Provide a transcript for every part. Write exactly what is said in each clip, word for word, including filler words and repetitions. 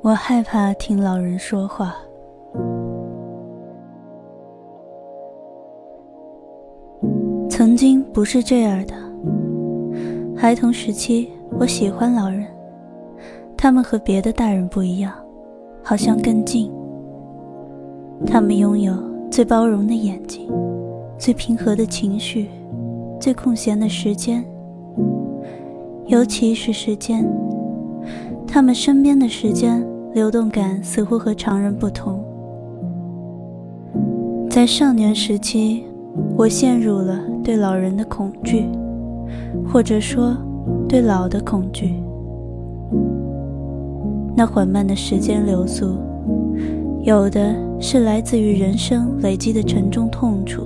我害怕听老人说话。曾经不是这样的，孩童时期我喜欢老人，他们和别的大人不一样，好像更近。他们拥有最包容的眼睛，最平和的情绪，最空闲的时间。尤其是时间，他们身边的时间流动感似乎和常人不同。在少年时期，我陷入了对老人的恐惧，或者说对老的恐惧。那缓慢的时间流速，有的是来自于人生累积的沉重痛楚。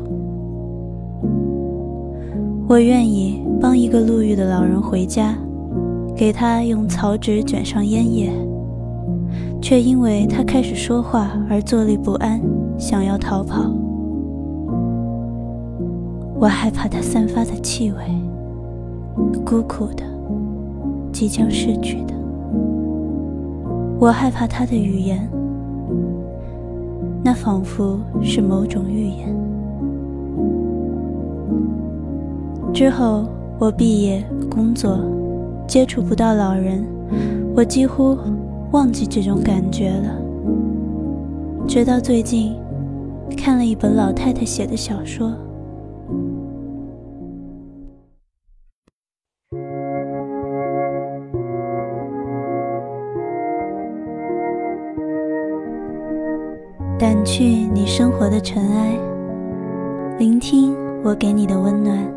我愿意帮一个路遇的老人回家，给他用草纸卷上烟叶，却因为他开始说话而坐立不安，想要逃跑。我害怕他散发的气味，孤苦的，即将逝去的。我害怕他的语言，那仿佛是某种预言。之后我毕业工作，接触不到老人，我几乎忘记这种感觉了。直到最近看了一本老太太写的小说。掸去你生活的尘埃，聆听我给你的温暖。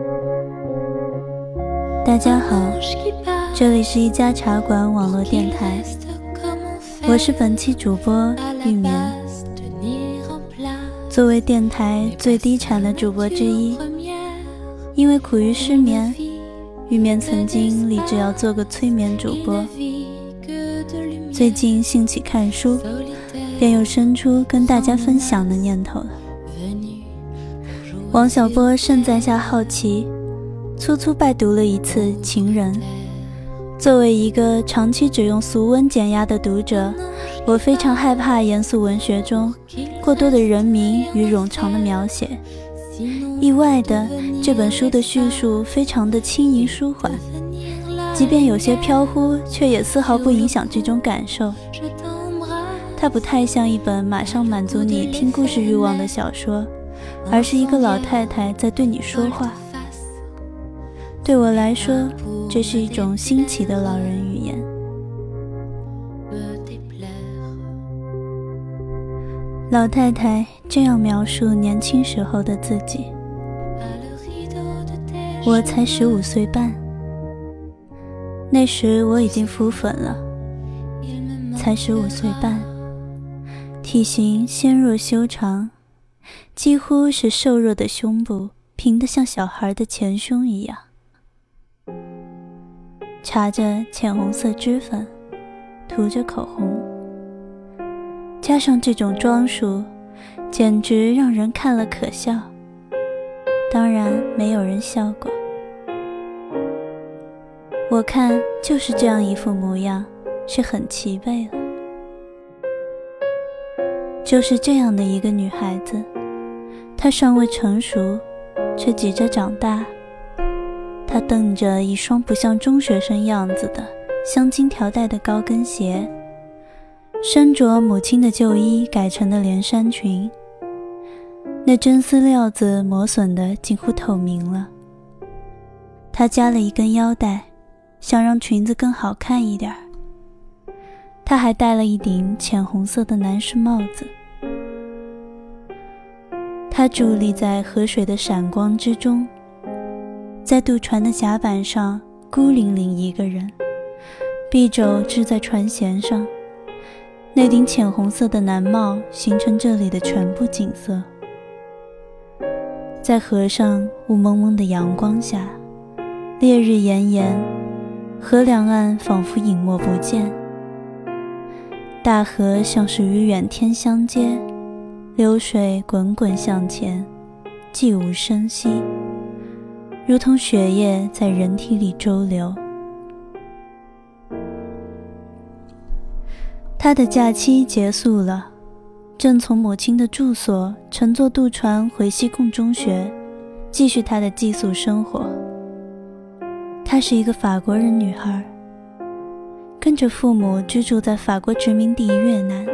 大家好，这里是一家茶馆网络电台，我是本期主播玉眠。作为电台最低产的主播之一，因为苦于失眠，玉眠曾经立志要做个催眠主播。最近兴起看书，便又生出跟大家分享的念头了。王小波胜在下好奇，粗粗拜读了一次《情人》。作为一个长期只用俗文减压的读者，我非常害怕严肃文学中过多的人名与冗长的描写。意外的，这本书的叙述非常的轻盈舒缓，即便有些飘忽，却也丝毫不影响这种感受。它不太像一本马上满足你听故事欲望的小说，而是一个老太太在对你说话。对我来说，这是一种新奇的老人语言。老太太这样描述年轻时候的自己：我才十五岁半，那时我已经浮粉了，才十五岁半，体型纤弱修长，几乎是瘦弱的胸部平得像小孩的前胸一样，搽着浅红色脂粉，涂着口红，加上这种装束，简直让人看了可笑。当然没有人笑过。我看就是这样一副模样，是很齐备了。就是这样的一个女孩子，她尚未成熟，却急着长大。她蹬着一双不像中学生样子的镶金条带的高跟鞋，身着母亲的旧衣改成的连衫裙，那真丝料子磨损得近乎透明了。她加了一根腰带，想让裙子更好看一点。她还戴了一顶浅红色的男士帽子。她伫立在河水的闪光之中，在渡船的甲板上孤零零一个人，臂肘支在船舷上，那顶浅红色的男帽形成这里的全部景色。在河上雾蒙蒙的阳光下，烈日炎炎，河两岸仿佛隐没不见。大河像是与远天相接，流水滚滚向前，寂无声息，如同血液在人体里周流。 他的假期结束了，正从母亲的住所乘坐渡船回西贡中学，继续他的寄宿生活。她是一个法国人女孩，跟着父母居住在法国殖民地越南。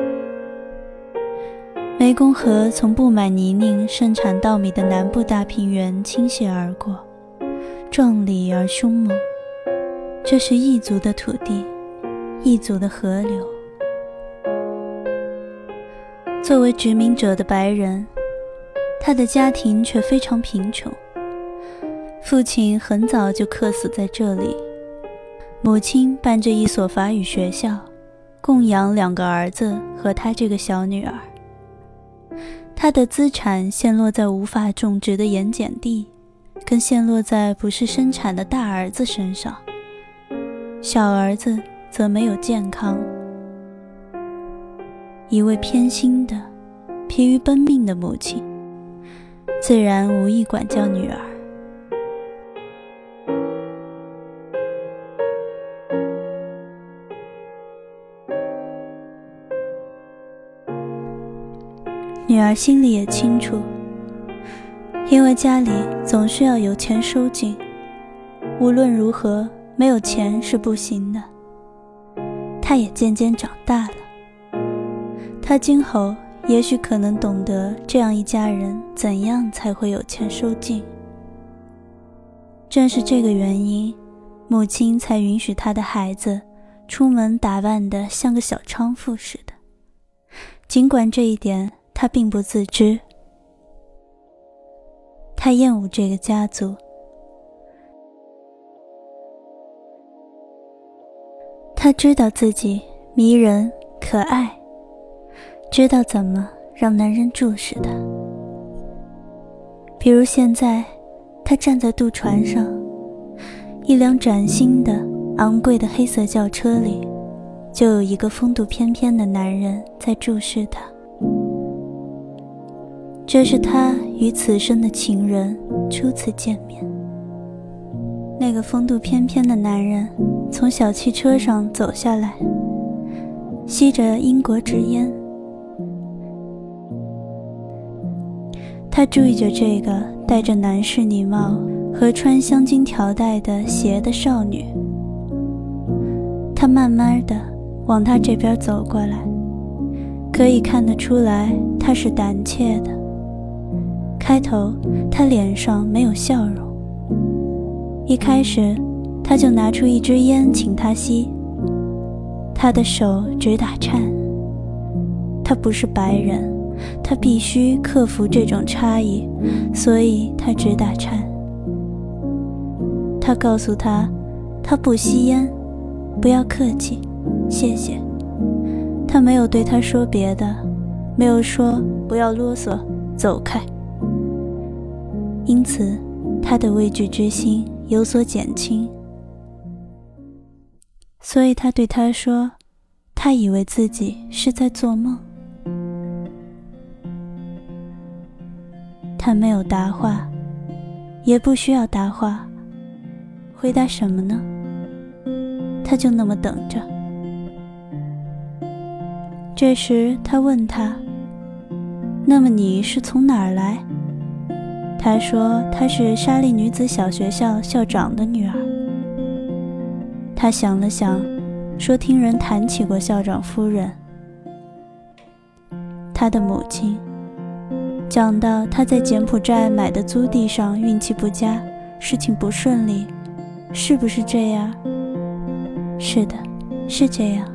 湄公河从布满泥泞、盛产稻米的南部大平原倾泻而过，壮丽而凶猛。这是异族的土地，异族的河流。作为殖民者的白人，他的家庭却非常贫穷。父亲很早就客死在这里，母亲办着一所法语学校，供养两个儿子和他这个小女儿。他的资产陷落在无法种植的盐碱地，更陷落在不是生产的大儿子身上，小儿子则没有健康。一位偏心的、疲于奔命的母亲，自然无意管教女儿。女儿心里也清楚，因为家里总是要有钱收进，无论如何没有钱是不行的。她也渐渐长大了，她今后也许可能懂得这样一家人怎样才会有钱收进。正是这个原因，母亲才允许她的孩子出门打扮得像个小娼妇似的，尽管这一点他并不自知。他厌恶这个家族，他知道自己迷人可爱，知道怎么让男人注视他。比如现在他站在渡船上，一辆崭新的昂贵的黑色轿车里，就有一个风度翩翩的男人在注视他。这是他与此生的情人初次见面。那个风度翩翩的男人从小汽车上走下来，吸着英国纸烟。他注意着这个戴着男士礼帽和穿镶金条带的鞋的少女。他慢慢地往他这边走过来，可以看得出来他是胆怯的。开头他脸上没有笑容，一开始他就拿出一支烟请他吸，他的手直打颤。他不是白人，他必须克服这种差异，所以他直打颤。他告诉他，他不吸烟，不要客气，谢谢。他没有对他说别的，没有说不要啰嗦，走开。因此他的畏惧之心有所减轻，所以他对他说，他以为自己是在做梦。他没有答话，也不需要答话，回答什么呢？他就那么等着。这时他问他，那么你是从哪儿来？他说他是沙利女子小学校校长的女儿。他想了想，说听人谈起过校长夫人。他的母亲讲到他在柬埔寨买的租地上运气不佳，事情不顺利，是不是这样？是的，是这样。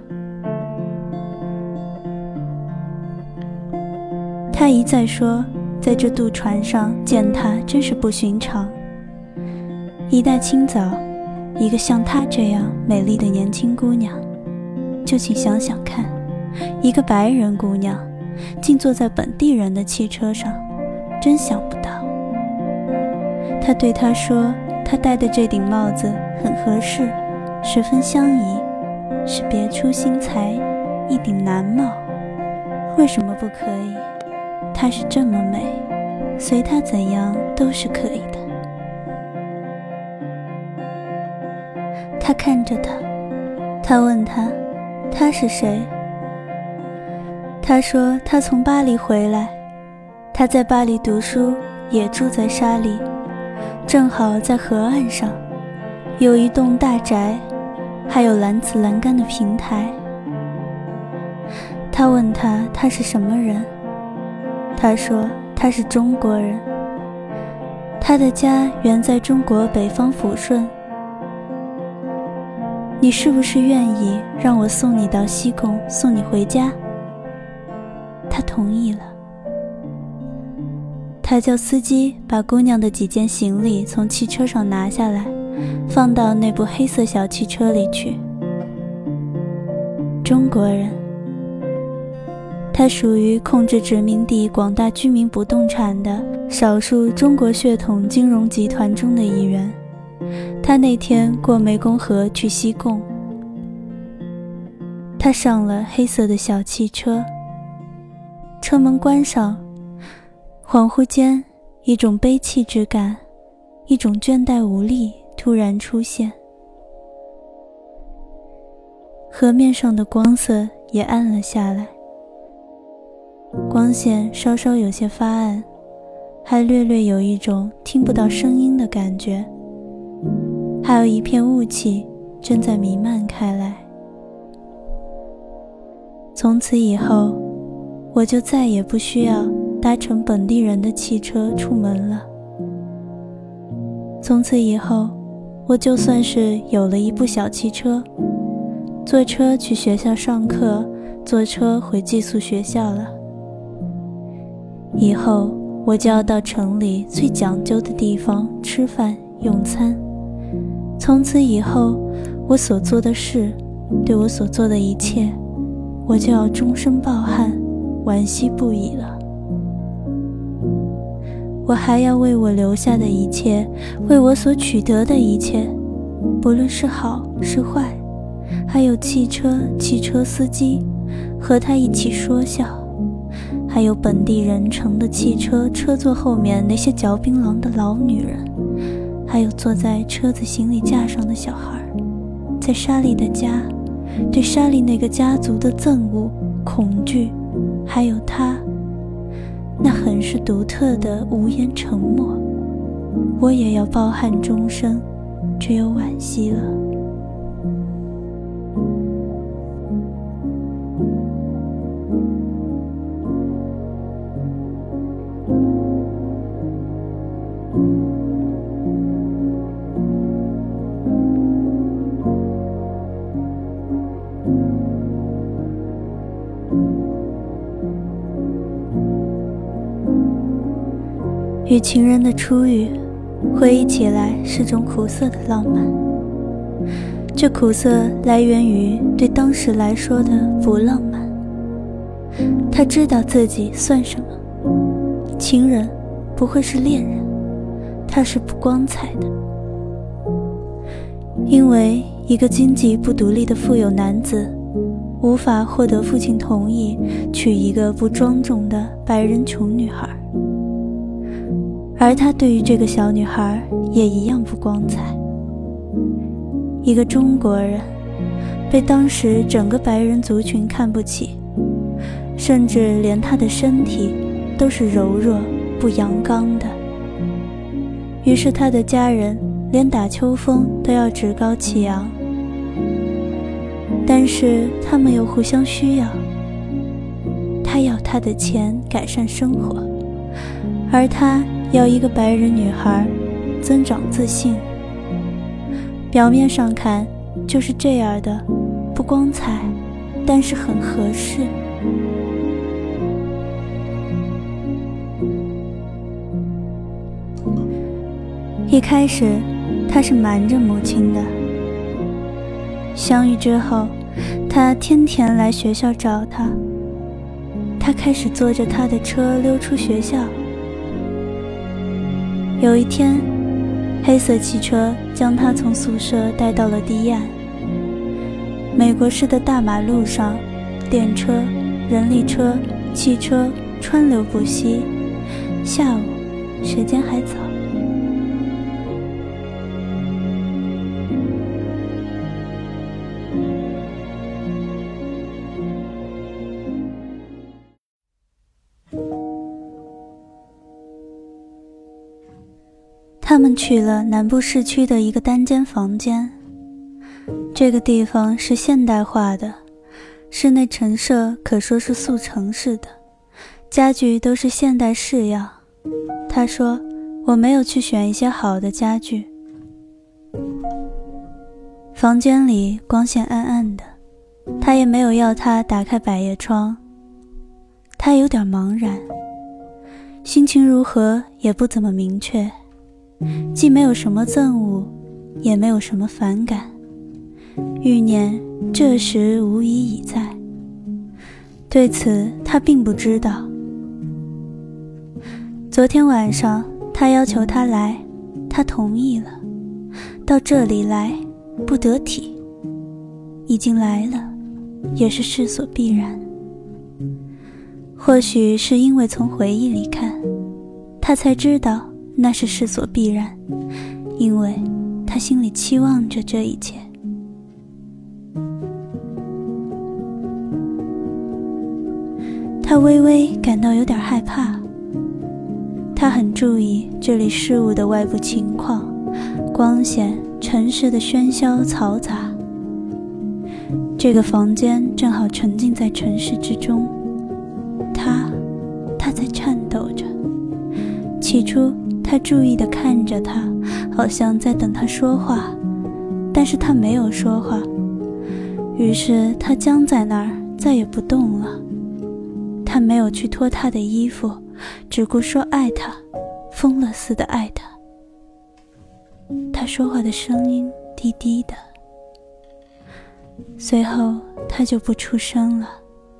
他一再说，在这渡船上见她真是不寻常。一大清早，一个像她这样美丽的年轻姑娘，就请想想看，一个白人姑娘竟坐在本地人的汽车上，真想不到。他对她说，她戴的这顶帽子很合适，十分相宜，是别出心裁，一顶男帽，为什么不可以？她是这么美，随她怎样都是可以的。他看着她，他问她，她是谁？ 他说他从巴黎回来，他在巴黎读书，也住在沙里，正好在河岸上，有一栋大宅，还有蓝瓷栏杆的平台。他问他他是什么人，他说他是中国人，他的家原在中国北方抚顺。你是不是愿意让我送你到西贡，送你回家？他同意了。他叫司机把姑娘的几件行李从汽车上拿下来，放到那部黑色小汽车里去。中国人，他属于控制殖民地广大居民不动产的少数中国血统金融集团中的一员。他那天过湄公河去西贡，他上了黑色的小汽车，车门关上，恍惚间一种悲戚之感，一种倦怠无力突然出现。河面上的光色也暗了下来，光线稍稍有些发暗，还略略有一种听不到声音的感觉，还有一片雾气正在弥漫开来。从此以后，我就再也不需要搭乘本地人的汽车出门了。从此以后，我就算是有了一部小汽车，坐车去学校上课，坐车回寄宿学校了。以后我就要到城里最讲究的地方吃饭用餐。从此以后，我所做的事，对我所做的一切，我就要终身抱憾，惋惜不已了。我还要为我留下的一切，为我所取得的一切，不论是好是坏，还有汽车、汽车司机和他一起说笑，还有本地人乘的汽车车座后面那些嚼槟榔的老女人，还有坐在车子行李架上的小孩，在沙利的家，对沙利那个家族的憎恶、恐惧，还有他那很是独特的无言沉默，我也要抱憾终生，只有惋惜了。与情人的初遇，回忆起来是种苦涩的浪漫。这苦涩来源于对当时来说的不浪漫。他知道自己算什么，情人不会是恋人，他是不光彩的。因为一个经济不独立的富有男子，无法获得父亲同意娶一个不庄重的白人穷女孩，而他对于这个小女孩也一样不光彩。一个中国人被当时整个白人族群看不起，甚至连他的身体都是柔弱不阳刚的。于是他的家人连打秋风都要趾高气扬，但是他们又互相需要。他要他的钱改善生活，而他要一个白人女孩增长自信。表面上看就是这样的，不光彩，但是很合适。一开始他是瞒着母亲的，相遇之后，他天天来学校找她。他开始坐着他的车溜出学校。有一天，黑色汽车将他从宿舍带到了堤岸。美国式的大马路上，电车、人力车、汽车川流不息。下午，时间还早。 他们去了南部市区的一个单间房间。这个地方是现代化的，室内陈设可说是速成式的，家具都是现代式样。他说我没有去选一些好的家具。房间里光线暗暗的，他也没有要他打开百叶窗。他有点茫然，心情如何也不怎么明确，既没有什么憎恶，也没有什么反感，欲念这时无疑已在。对此他并不知道。昨天晚上他要求他来，他同意了。到这里来不得体，已经来了，也是势所必然。或许是因为从回忆里看，他才知道那是势所必然，因为他心里期望着这一切。他微微感到有点害怕。他很注意这里事物的外部情况，光线、城市的喧嚣嘈杂。这个房间正好沉浸在城市之中，他他在颤抖着。起初他注意地看着他，好像在等他说话，但是他没有说话。于是他僵在那儿，再也不动了。他没有去脱他的衣服，只顾说爱他，疯了似的爱他。他说话的声音低低的，随后他就不出声了。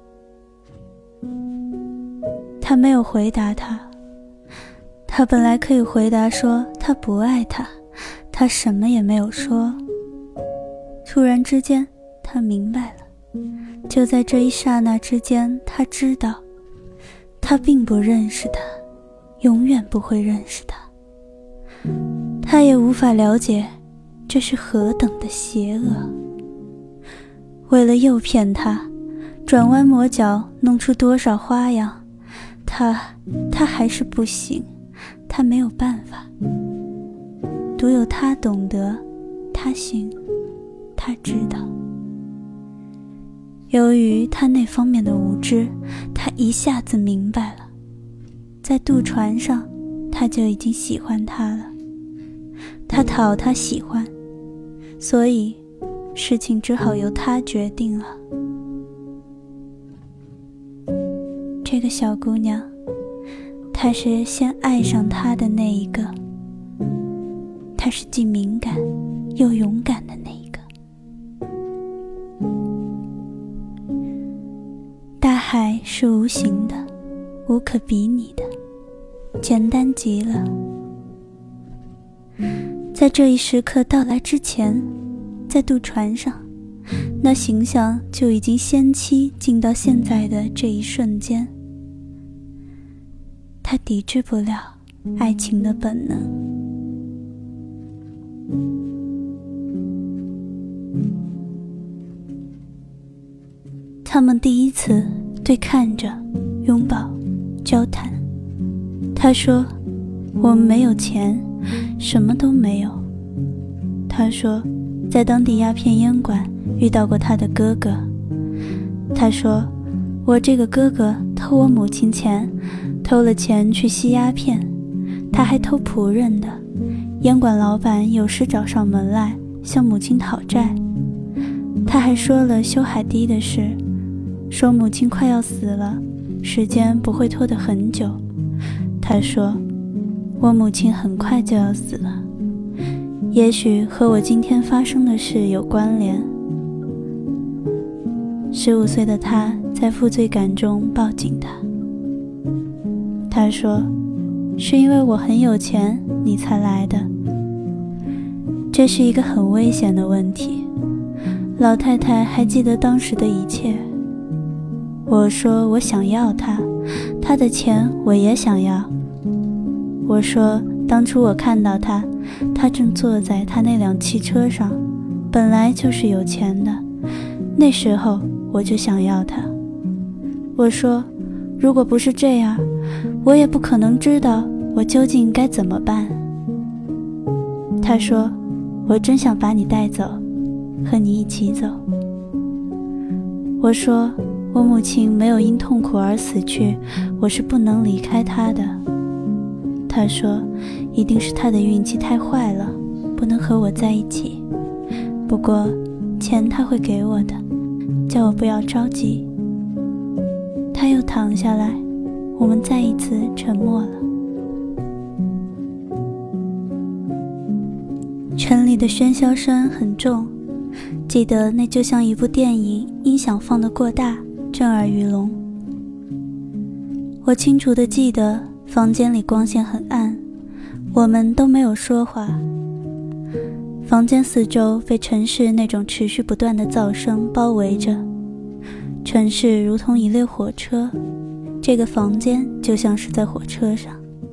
他没有回答他，他本来可以回答说他不爱他，他什么也没有说。突然之间他明白了，就在这一刹那之间，他知道他并不认识他，永远不会认识他。他也无法了解这是何等的邪恶。为了诱骗他，转弯抹角，弄出多少花样，他他还是不行，他没有办法。独有他懂得，他行，他知道。由于他那方面的无知，他一下子明白了，在渡船上他就已经喜欢他了，他讨他喜欢，所以事情只好由他决定了。这个小姑娘，她是先爱上他的那一个，她是既敏感又勇敢的那一个。大海是无形的，无可比拟的，简单极了。在这一时刻到来之前，在渡船上，那形象就已经先期进到现在的这一瞬间。他抵制不了爱情的本能。他们第一次对看着，拥抱，交谈。他说我们没有钱，什么都没有。他说在当地鸦片烟馆遇到过他的哥哥。他说我这个哥哥偷我母亲钱，偷了钱去吸鸦片，他还偷仆人的。烟馆老板有时找上门来向母亲讨债。他还说了修海堤的事，说母亲快要死了，时间不会拖得很久。他说我母亲很快就要死了，也许和我今天发生的事有关联。十五岁的他在负罪感中抱紧他。他说是因为我很有钱你才来的。这是一个很危险的问题。老太太还记得当时的一切。我说我想要他，他的钱我也想要。我说当初我看到他，他正坐在他那辆汽车上，本来就是有钱的，那时候我就想要他。我说如果不是这样，我也不可能知道我究竟该怎么办。 他说，我真想把你带走，和你一起走。我说，我母亲没有因痛苦而死去，我是不能离开她的。他说，一定是她的运气太坏了，不能和我在一起。不过钱他会给我的，叫我不要着急。他又躺下来，我们再一次沉默了。城里的喧嚣声很重，记得那就像一部电影，音响放得过大，震耳欲聋。我清楚地记得房间里光线很暗，我们都没有说话。房间四周被城市那种持续不断的噪声包围着，城市如同一列火车，这个房间就像是在火车上。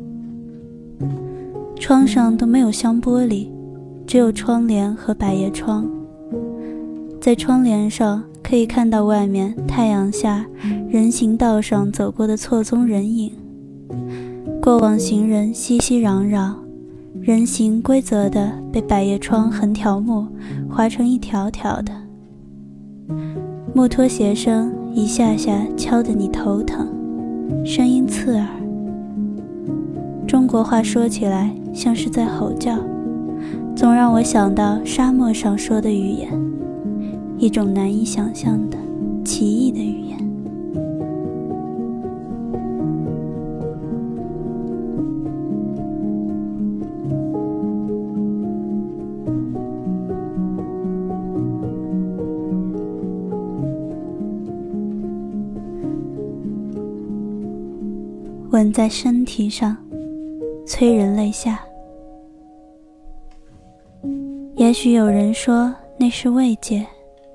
窗上都没有镶玻璃，只有窗帘和百叶窗。在窗帘上可以看到外面太阳下人行道上走过的错综人影，过往行人熙熙攘攘，人行规则地被百叶窗横条木划成一条条的，木拖鞋声一下下敲得你头疼，声音刺耳。中国话说起来像是在吼叫，总让我想到沙漠上说的语言，一种难以想象的奇异的语言。吻在身体上，催人泪下。也许有人说那是慰藉。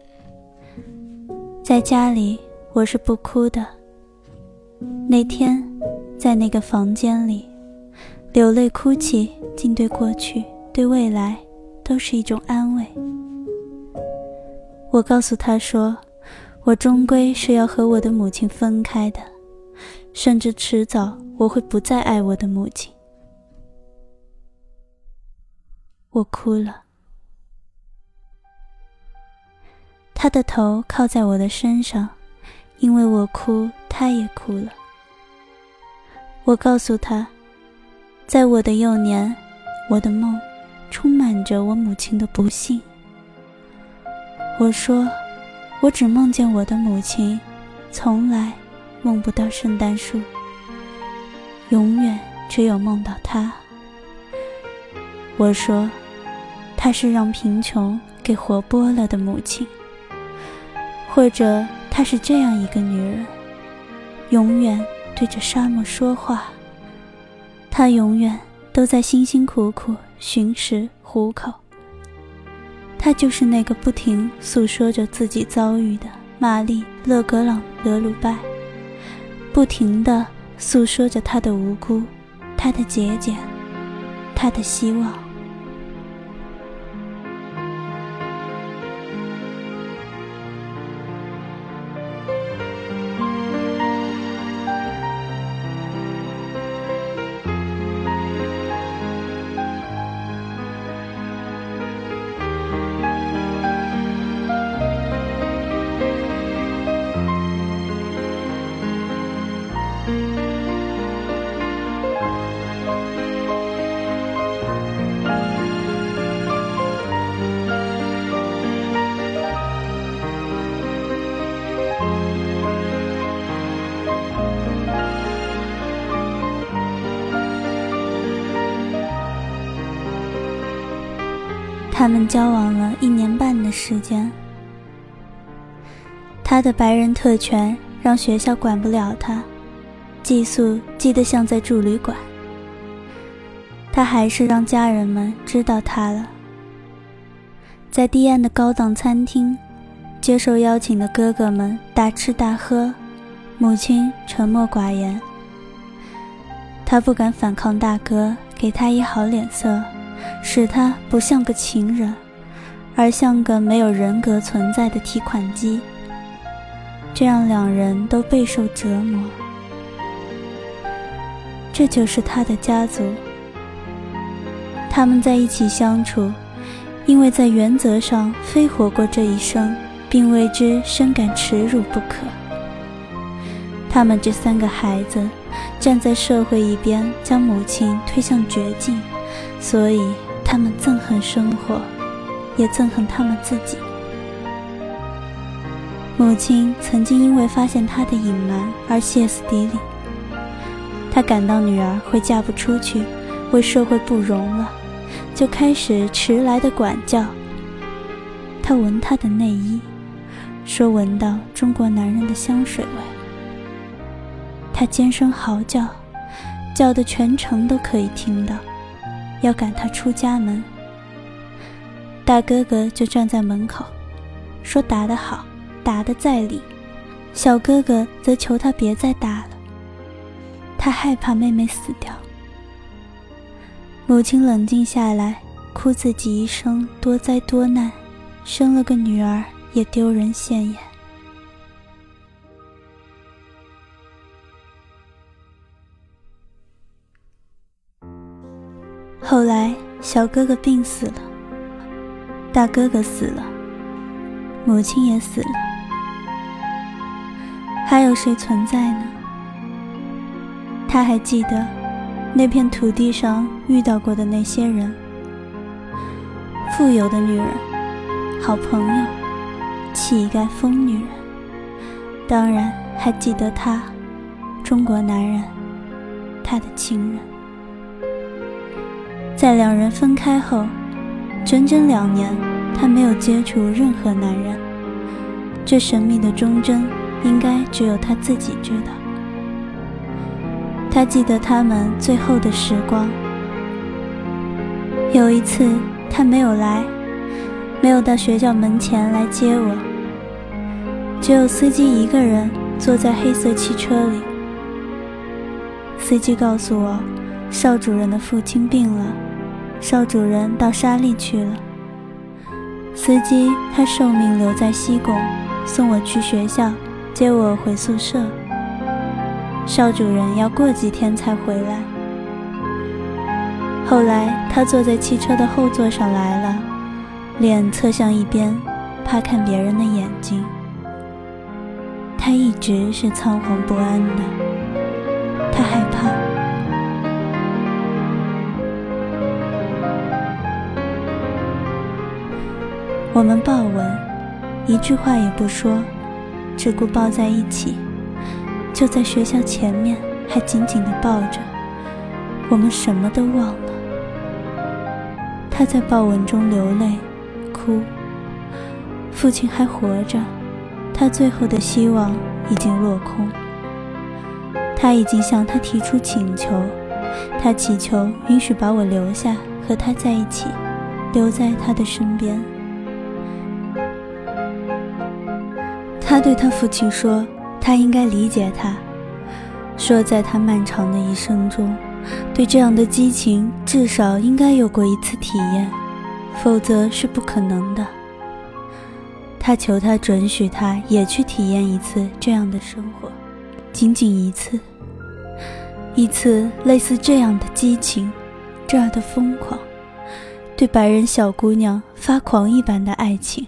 在家里我是不哭的，那天在那个房间里流泪哭泣，竟对过去对未来都是一种安慰。我告诉他说，我终归是要和我的母亲分开的，甚至迟早我会不再爱我的母亲。我哭了，他的头靠在我的身上，因为我哭，他也哭了。我告诉他，在我的幼年，我的梦充满着我母亲的不幸。我说，我只梦见我的母亲，从来梦不到圣诞树，永远只有梦到她。我说，她是让贫穷给活剥了的母亲，或者她是这样一个女人，永远对着沙漠说话，她永远都在辛辛苦苦寻食糊口。她就是那个不停诉说着自己遭遇的玛丽·勒格朗德鲁拜，不停地诉说着她的无辜，她的节俭，她的希望。他们交往了一年半的时间，他的白人特权让学校管不了他，寄宿寄得像在住旅馆。他还是让家人们知道他了。在低安的高档餐厅，接受邀请的哥哥们大吃大喝，母亲沉默寡言。他不敢反抗大哥给他一好脸色，使他不像个情人，而像个没有人格存在的提款机，这让两人都备受折磨。这就是他的家族。 他们在一起相处，因为在原则上非活过这一生，并为之深感耻辱不可。他们这三个孩子站在社会一边，将母亲推向绝境，所以他们憎恨生活，也憎恨他们自己。母亲曾经因为发现他的隐瞒而歇斯底里，她感到女儿会嫁不出去，为社会不容了，就开始迟来的管教。她闻她的内衣，说闻到中国男人的香水味。她尖声嚎叫，叫得全城都可以听到，要赶她出家门。大哥哥就站在门口，说打得好，打得在理。小哥哥则求他别再打了，他害怕妹妹死掉。母亲冷静下来，哭自己一生多灾多难，生了个女儿也丢人现眼。后来小哥哥病死了，大哥哥死了，母亲也死了，还有谁存在呢？他还记得那片土地上遇到过的那些人，富有的女人，好朋友，乞丐疯女人，当然还记得他，中国男人，他的情人。在两人分开后，整整两年，他没有接触任何男人。这神秘的忠贞，应该只有他自己知道。他记得他们最后的时光。有一次，他没有来，没有到学校门前来接我，只有司机一个人坐在黑色汽车里。司机告诉我，邵主任的父亲病了，邵主任到沙砾去了。司机他受命留在西贡，送我去学校，接我回宿舍。邵主任要过几天才回来。后来他坐在汽车的后座上来了，脸侧向一边，怕看别人的眼睛。他一直是仓皇不安的，他害怕。我们抱吻，一句话也不说，只顾抱在一起，就在学校前面，还紧紧地抱着。我们什么都忘了。他在抱吻中流泪哭，父亲还活着，他最后的希望已经落空。他已经向他提出请求，他祈求允许把我留下，和他在一起，留在他的身边。他对他父亲说，他应该理解他，说在他漫长的一生中，对这样的激情至少应该有过一次体验，否则是不可能的。他求他准许他也去体验一次这样的生活，仅仅一次，一次类似这样的激情，这样的疯狂，对白人小姑娘发狂一般的爱情。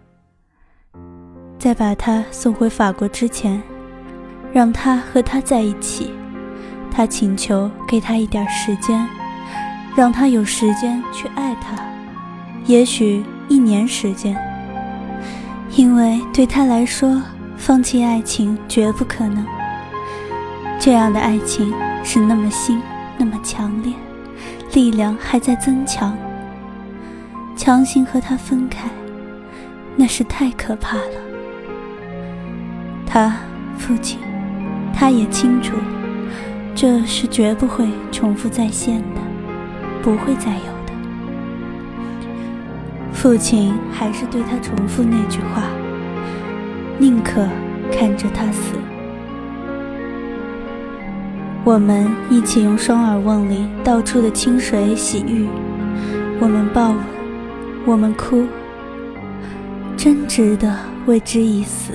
在把他送回法国之前，让他和他在一起。他请求给他一点时间，让他有时间去爱他，也许一年时间。因为对他来说，放弃爱情绝不可能。这样的爱情是那么新，那么强烈，力量还在增强。强行和他分开，那是太可怕了。他父亲，他也清楚，这是绝不会重复再现的，不会再有的。父亲还是对他重复那句话，宁可看着他死。我们一起用双耳瓮里倒出的清水洗浴，我们抱吻，我们哭，真值得为之一死。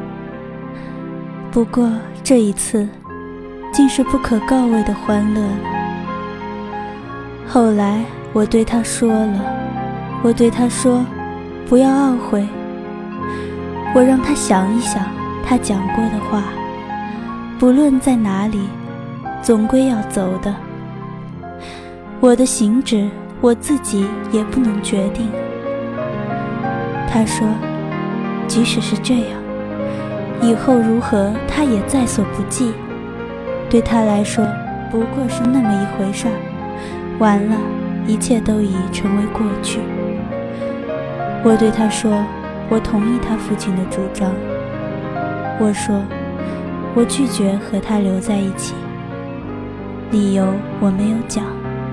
不过这一次竟是不可告慰的欢乐了。后来我对他说了，我对他说，不要懊悔。我让他想一想他讲过的话，不论在哪里，总归要走的。我的行止，我自己也不能决定。他说，即使是这样，以后如何他也在所不计。对他来说，不过是那么一回事儿，完了，一切都已成为过去。我对他说，我同意他父亲的主张。我说，我拒绝和他留在一起，理由我没有讲。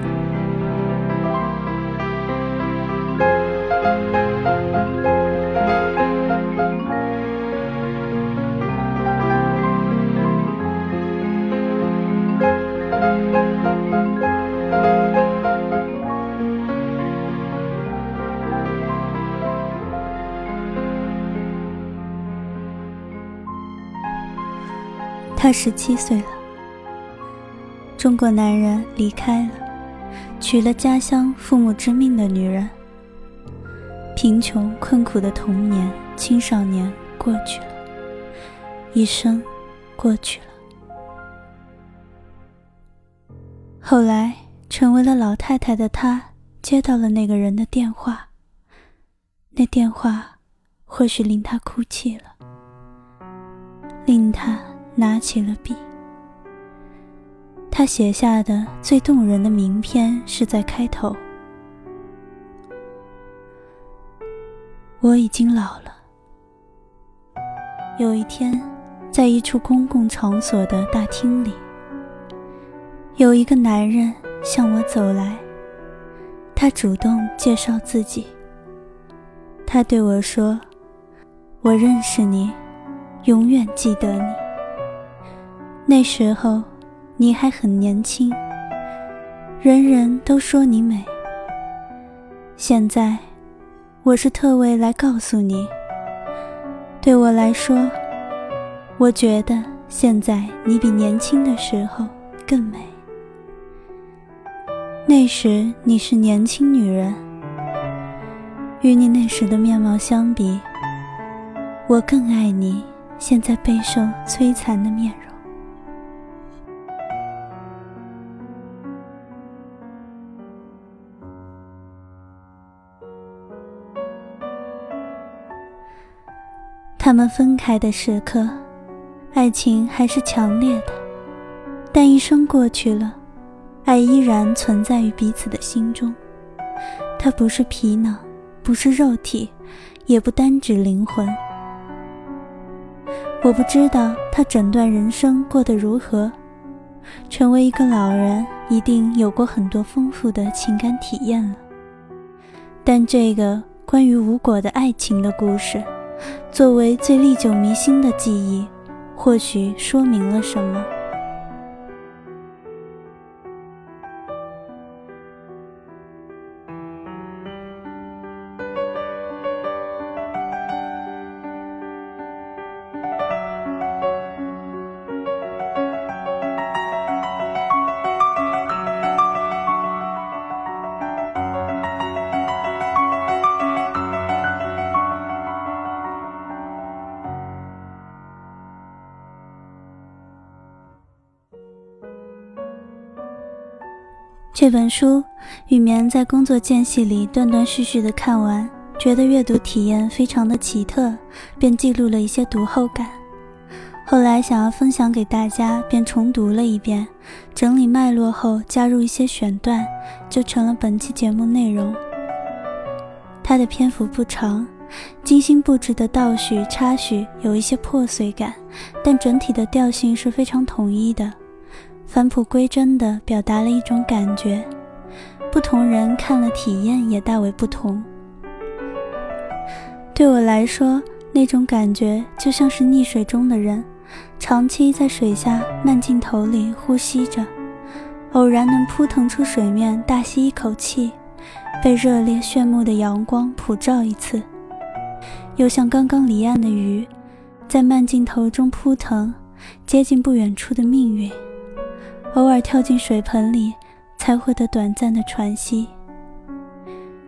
他十七岁了，中国男人离开了，娶了家乡父母之命的女人。贫穷困苦的童年、青少年过去了，一生过去了。后来成为了老太太的她接到了那个人的电话，那电话或许令她哭泣了，令她拿起了笔。他写下的最动人的名篇是在开头。我已经老了。有一天，在一处公共场所的大厅里，有一个男人向我走来，他主动介绍自己。他对我说，我认识你，永远记得你。那时候你还很年轻，人人都说你美。现在我是特为来告诉你，对我来说，我觉得现在你比年轻的时候更美。那时你是年轻女人，与你那时的面貌相比，我更爱你现在备受摧残的面容。他们分开的时刻，爱情还是强烈的，但一生过去了，爱依然存在于彼此的心中。它不是皮囊，不是肉体，也不单指灵魂。我不知道他整段人生过得如何，成为一个老人一定有过很多丰富的情感体验了，但这个关于无果的爱情的故事，作为最历久弥新的记忆，或许说明了什么。这本书雨眠在工作间隙里断断续续地看完，觉得阅读体验非常的奇特，便记录了一些读后感。后来想要分享给大家，便重读了一遍，整理脉络后加入一些选段，就成了本期节目内容。它的篇幅不长，精心布置的倒叙插叙有一些破碎感，但整体的调性是非常统一的，返璞归真地表达了一种感觉，不同人看了体验也大为不同。对我来说，那种感觉就像是溺水中的人，长期在水下慢镜头里呼吸着，偶然能扑腾出水面大吸一口气，被热烈炫目的阳光普照一次，又像刚刚离岸的鱼，在慢镜头中扑腾，接近不远处的命运，偶尔跳进水盆里才获得短暂的喘息。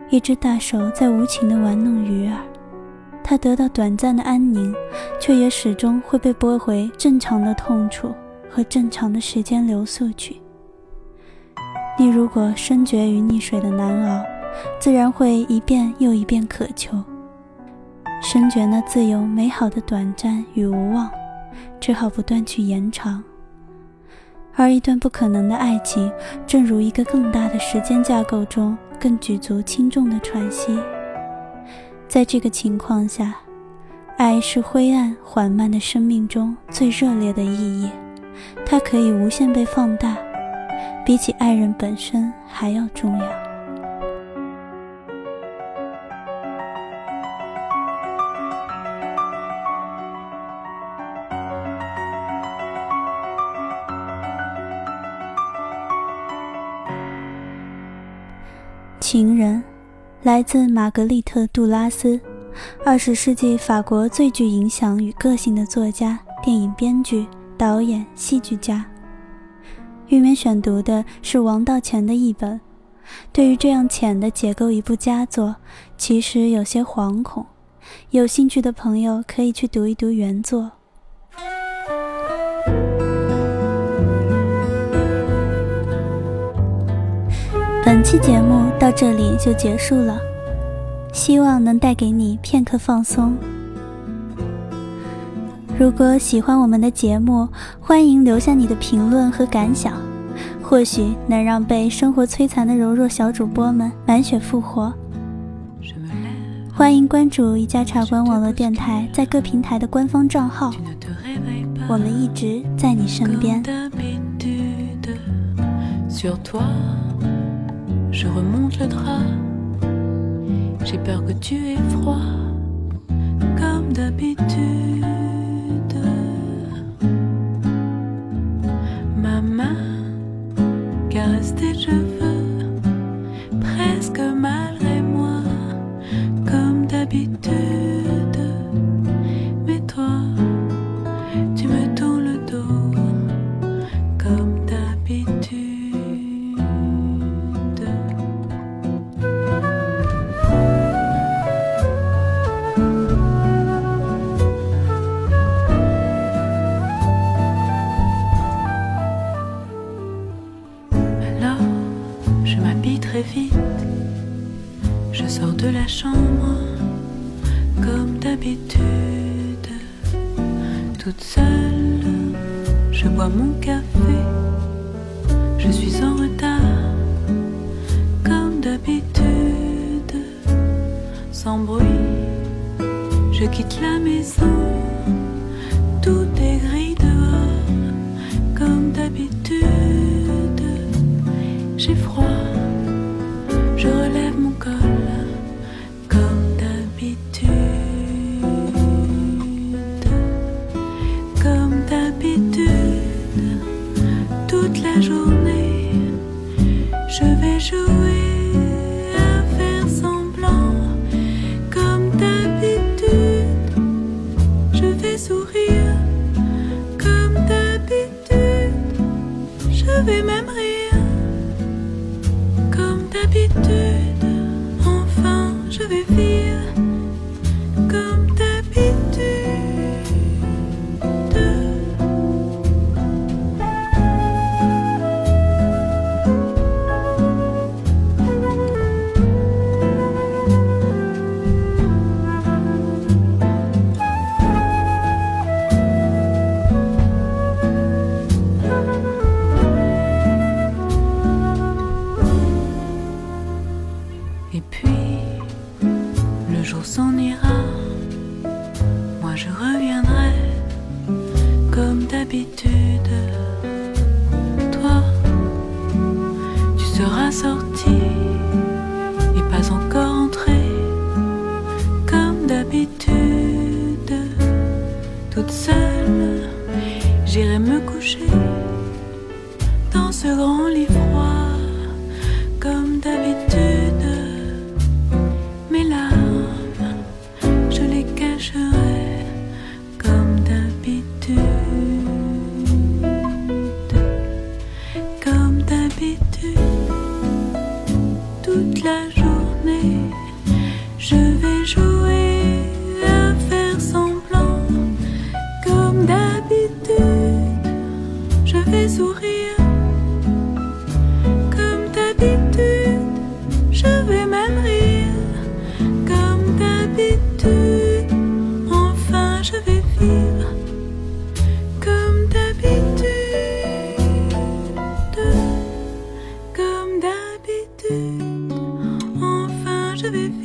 一只大手在无情地玩弄鱼儿，它得到短暂的安宁，却也始终会被拨回正常的痛楚和正常的时间流速去。你如果深觉于溺水的难熬，自然会一遍又一遍渴求，深觉那自由美好的短暂与无望，只好不断去延长。而一段不可能的爱情，正如一个更大的时间架构中更举足轻重的喘息。在这个情况下，爱是灰暗缓慢的生命中最热烈的意义，它可以无限被放大，比起爱人本身还要重要。情人，来自玛格丽特·杜拉斯，二十世纪法国最具影响与个性的作家、电影编剧、导演、戏剧家。玉梅选读的是王道乾的译本，对于这样浅的解构一部佳作，其实有些惶恐。有兴趣的朋友可以去读一读原作。本期节目到这里就结束了，希望能带给你片刻放松。如果喜欢我们的节目，欢迎留下你的评论和感想，或许能让被生活摧残的柔弱小主播们满血复活。欢迎关注一家茶馆网络电台在各平台的官方账号，我们一直在你身边。 Je remonte le drap, j'ai peur que tu aies froid, comme d'habitude. Ma main caresse tes cheveux, presque malgré moi, comme d'habitude. Mais toi, tu me tournes le dos, comme d'habitude. Très vite, je sors de la chambre comme d'habitude, toute seule, je bois mon café, je suis en retard comme d'habitude, sans bruit, je quitte la maison, tout est gris dehors comme d'habitude, j'ai froid. Je relève mon col comme d'habitude, comme d'habitude, toute la journée, je vais jouer à faire semblant, comme d'habitude, je vais sourire, comme d'habitude, je vais même rire, comme d'habitude, enfin je vais vivre comme d'habitude. Et puis, le jour s'en ira, moi je reviendrai comme d'habitude. Toi, tu seras sorti et pas encore entré comme d'habitude. Toute seule, j'irai me coucher dans ce grand lit froid comme d'habitude. Mes larmes, je les cacherai comme d'habitude, comme d'habitude.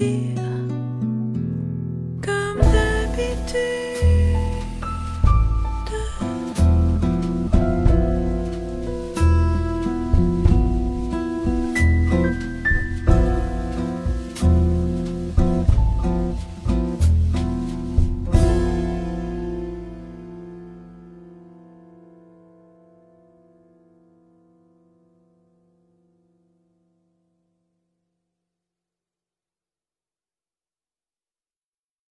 dire